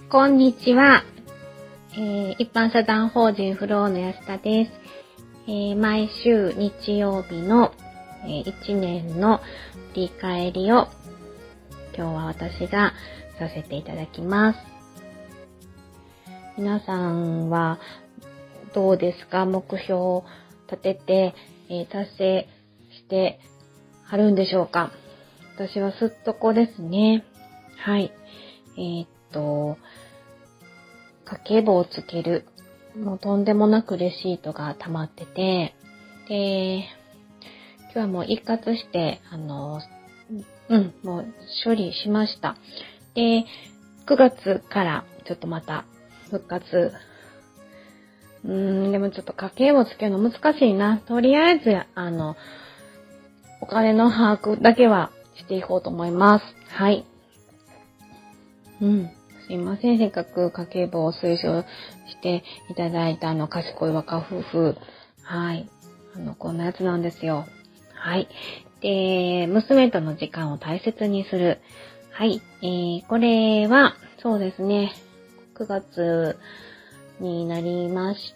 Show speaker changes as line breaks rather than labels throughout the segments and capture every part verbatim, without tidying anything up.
こんにちは、えー、一般社団法人フローの安田です。えー、毎週日曜日の、えー、いちねんの振り返りを今日は私がさせていただきます。皆さんはどうですか？目標を立てて、えー、達成してはるんでしょうか？私はすっとこですね。はい。えー、っと、家計簿をつける。もうとんでもなくレシートが溜まってて、で、今日はもう一括して、あの、うん、もう処理しました。で、くがつからちょっとまた復活。うーん、でもちょっと家計簿つけるの難しいな。とりあえず、あの、お金の把握だけはしていこうと思います。はい。うん。すいません。せっかく家計簿を推奨していただいたあの賢い若夫婦。はい。あの、こんなやつなんですよ。はい。で、娘との時間を大切にする。はい。えー、これは、そうですね。くがつになりまして、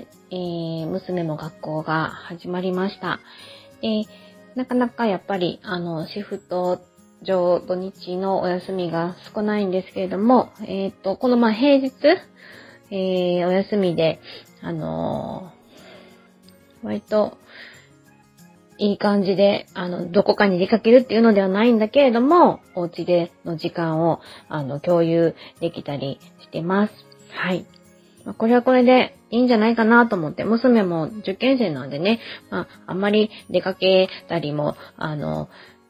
えー、娘も学校が始まりました。で、なかなかやっぱり、あの、シフト上、土日のお休みが少ないんですけれども、えっと、このまあ平日、えー、お休みで、あのー、割と、いい感じで、あの、どこかに出かけるっていうのではないんだけれども、お家での時間を、あの、共有できたりしてます。はい。これはこれでいいんじゃないかなと思って、娘も受験生なんでね、まあ、あんまり出かけたりも、あの、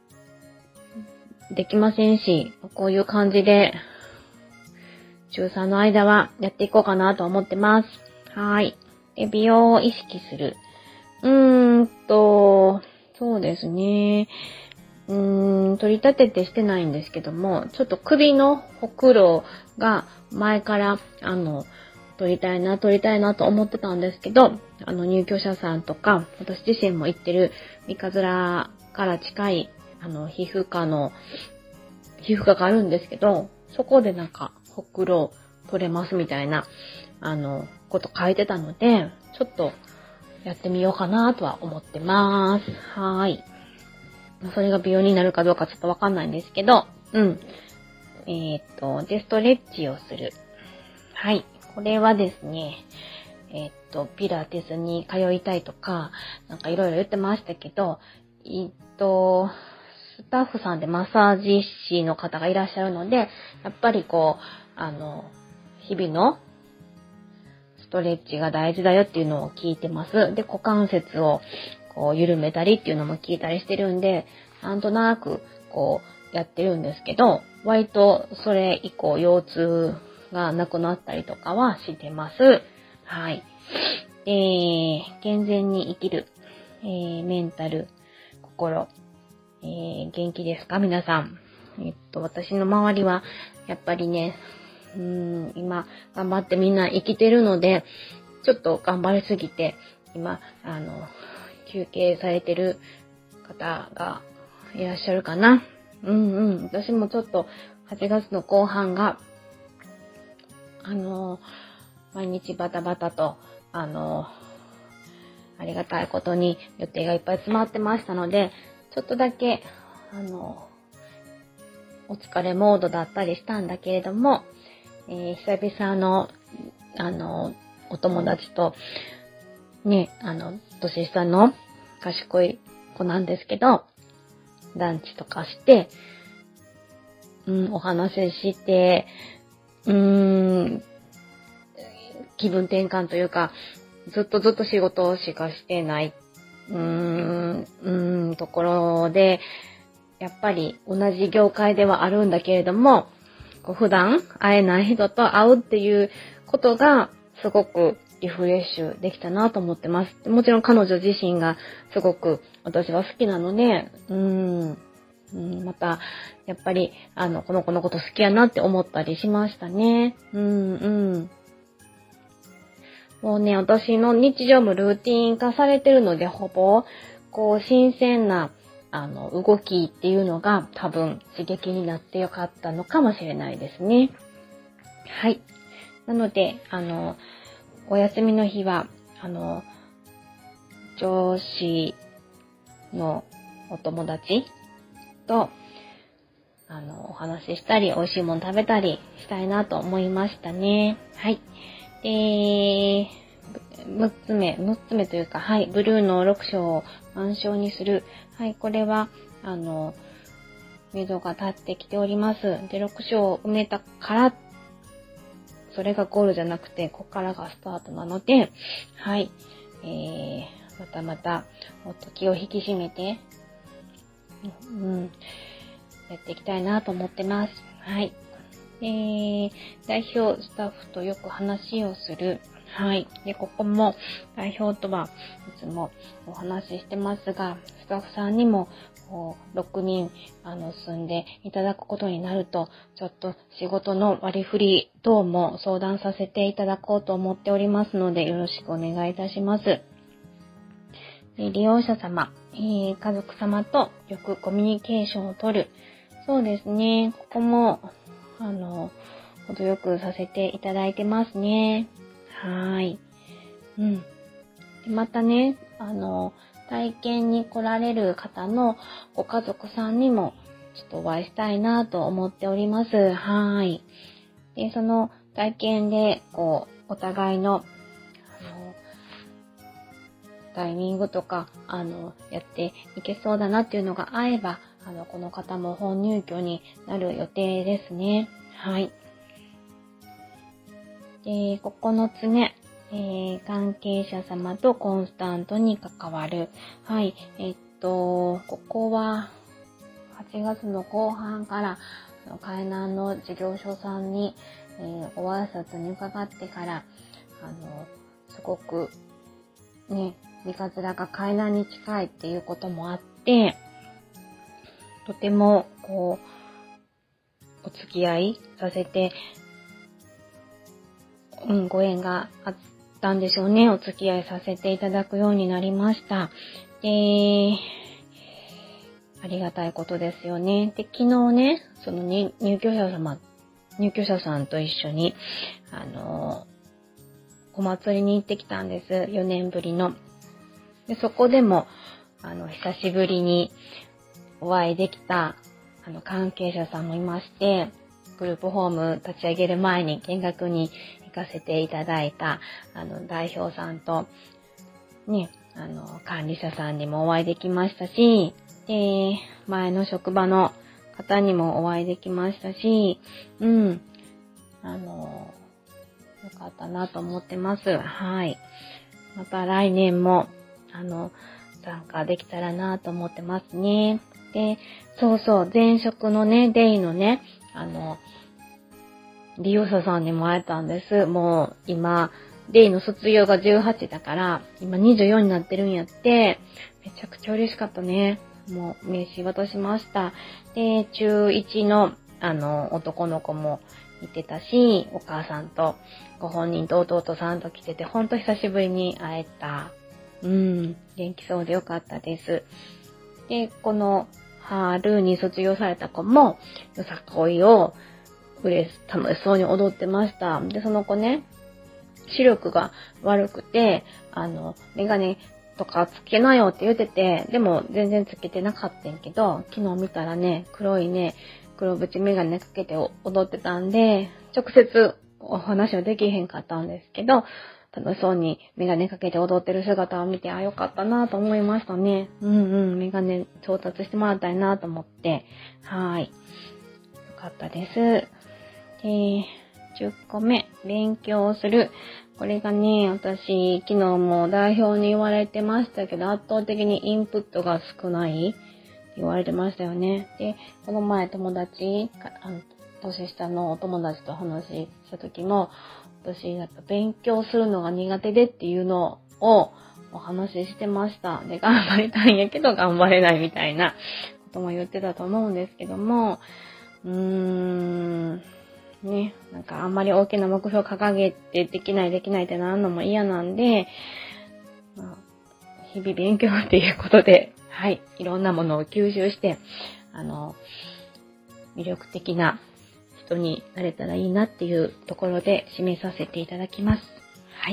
できませんし、こういう感じで、中さんの間はやっていこうかなと思ってます。はい。で、美容を意識する。うーんと、そうですね。うーん、取り立ててしてないんですけども、ちょっと首のほくろが前から、あの、取りたいな、取りたいなと思ってたんですけど、あの、入居者さんとか、私自身も行ってる三日面から近い、あの、皮膚科の、皮膚科があるんですけど、そこでなんか、ほくろ取れますみたいな、あの、こと書いてたので、ちょっとやってみようかなとは思ってます。はーい。それが美容になるかどうかちょっとわかんないんですけど、うん。えー、っと、で、ストレッチをする。はい。これはですね、えー、っと、ピラティスに通いたいとか、なんかいろいろ言ってましたけど、えー、っと、スタッフさんでマッサージ師の方がいらっしゃるので、やっぱりこう、あの、日々のストレッチが大事だよっていうのを聞いてます。で、股関節をこう緩めたりっていうのも聞いたりしてるんで、なんとなくこうやってるんですけど、割とそれ以降腰痛がなくなったりとかはしてます。はい。えー、健全に生きる、えー、メンタル、心、えー、元気ですか皆さん。えっと、私の周りはやっぱりね、うーん今頑張ってみんな生きてるので、ちょっと頑張りすぎて、今、あの、休憩されてる方がいらっしゃるかな。うんうん。私もちょっとはちがつの後半が、あの、毎日バタバタと、あの、ありがたいことに予定がいっぱい詰まってましたので、ちょっとだけ、あの、お疲れモードだったりしたんだけれども、えー、久々の、あの、お友達と、ね、あの、年下の賢い子なんですけど、ランチとかして、うん、お話しして、うーん、気分転換というか、ずっとずっと仕事しかしてない、うーん、うーん、ところで、やっぱり同じ業界ではあるんだけれども、こう普段会えない人と会うっていうことがすごくリフレッシュできたなと思ってます。もちろん彼女自身がすごく私は好きなので、うーん、うん、またやっぱりあのこの子のこと好きやなって思ったりしましたね。うんうん。もうね、私の日常もルーティン化されてるので、ほぼこう新鮮なあの動きっていうのが多分刺激になってよかったのかもしれないですね。 はい。なので、あの、お休みの日は、あの、上司のお友達と、あの、お話ししたり、美味しいもの食べたりしたいなと思いましたね。はい。で、むっつめ、むっつめというか、はい、ブルーのろく章を満章にする。はい、これは、あの、目処が立ってきております。で、ろく章を埋めたから、それがゴールじゃなくて、ここからがスタートなので、はい、えー、またまた、もっと気を引き締めて、うん、やっていきたいなと思ってます。はい。えー、代表スタッフとよく話をする。はい。で、ここも代表とはいつもお話ししてますが、スタッフさんにもろくにんあの住んでいただくことになると、ちょっと仕事の割り振り等も相談させていただこうと思っておりますので、よろしくお願いいたします。で、利用者様、えー、家族様とよくコミュニケーションをとる。そうですね。ここも、あの、程よくさせていただいてますね。はい。うん。でまたね、あの、体験に来られる方のご家族さんにもちょっとお会いしたいなと思っております。はい。で、その体験で、こう、お互いの、あの、タイミングとか、あの、やっていけそうだなっていうのが合えば、あの、この方も本入居になる予定ですね。はい。で、ここのつね、えー、関係者様とコンスタントに関わる。はい。えっと、ここは、はちがつの後半から、海南の事業所さんに、えー、ご挨拶に伺ってから、あの、すごく、ね、三桂が海南に近いっていうこともあって、とても、こう、お付き合いさせて、うん、ご縁があったんでしょうね。お付き合いさせていただくようになりました。で、ありがたいことですよね。で、昨日ね、その入居者様、入居者さんと一緒に、あの、お祭りに行ってきたんです。よねんぶりの。で、そこでも、あの、久しぶりにお会いできた、あの、関係者さんもいまして、グループホーム立ち上げる前に見学に行かせていただいた、あの、代表さんと、ね、あの、管理者さんにもお会いできましたし、で、前の職場の方にもお会いできましたし、うん、あの、よかったなと思ってます。はい。また来年も、あの、参加できたらなと思ってますね。で、そうそう、前職のね、デイのね、あの、利用者さんにも会えたんです。もう、今、デイの卒業がじゅうはちだから、今にじゅうよんになってるんやって、めちゃくちゃ嬉しかったね。もう、名刺渡しました。で、中いちの、あの、男の子もいてたし、お母さんと、ご本人と弟さんと来てて、ほんと久しぶりに会えた。うん、元気そうでよかったです。で、この春に卒業された子も、よさこいを嬉し、楽しそうに踊ってました。で、その子ね、視力が悪くて、あの、メガネとかつけなよって言ってて、でも全然つけてなかったんけど、昨日見たらね、黒いね、黒縁メガネかけて踊ってたんで、直接お話はできへんかったんですけど、楽しそうにメガネかけて踊ってる姿を見て、あ、よかったなと思いましたね。うんうん、メガネ調達してもらいたいなと思って、はい。よかったです。で、じゅっこめ、勉強をする。これがね、私、昨日も代表に言われてましたけど、圧倒的にインプットが少ないって言われてましたよね。で、この前友達、あの年下のお友達と話した時も、私、やっぱ勉強するのが苦手でっていうのをお話ししてました。で、頑張りたいんやけど頑張れないみたいなことも言ってたと思うんですけども、うーん、ね、なんかあんまり大きな目標を掲げてできないできないってなるのも嫌なんで、まあ、日々勉強っていうことで、はい、いろんなものを吸収して、あの、魅力的な人になれたらいいなっていうところで締めさせていただきます。はい。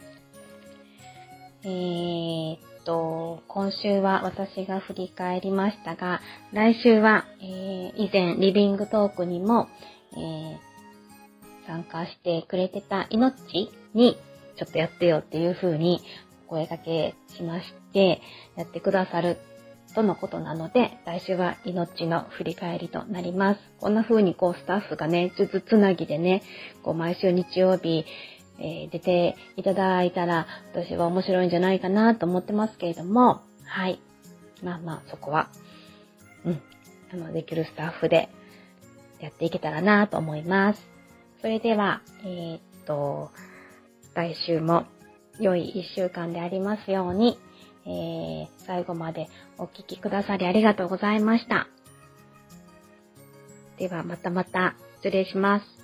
えーっと、今週は私が振り返りましたが、来週は、えー、以前リビングトークにも、えー、参加してくれてたいのっちにちょっとやってよっていう風にお声掛けしまして、やってくださるとのことなので、来週は命の振り返りとなります。こんな風にこうスタッフがね、数珠つなぎでね、こう毎週日曜日、えー、出ていただいたら、私は面白いんじゃないかなと思ってますけれども、はい。まあまあ、そこは、うん、あの、できるスタッフでやっていけたらなと思います。それでは、えー、っと、来週も良い一週間でありますように、えー、最後までお聞きくださりありがとうございました。ではまたまた失礼します。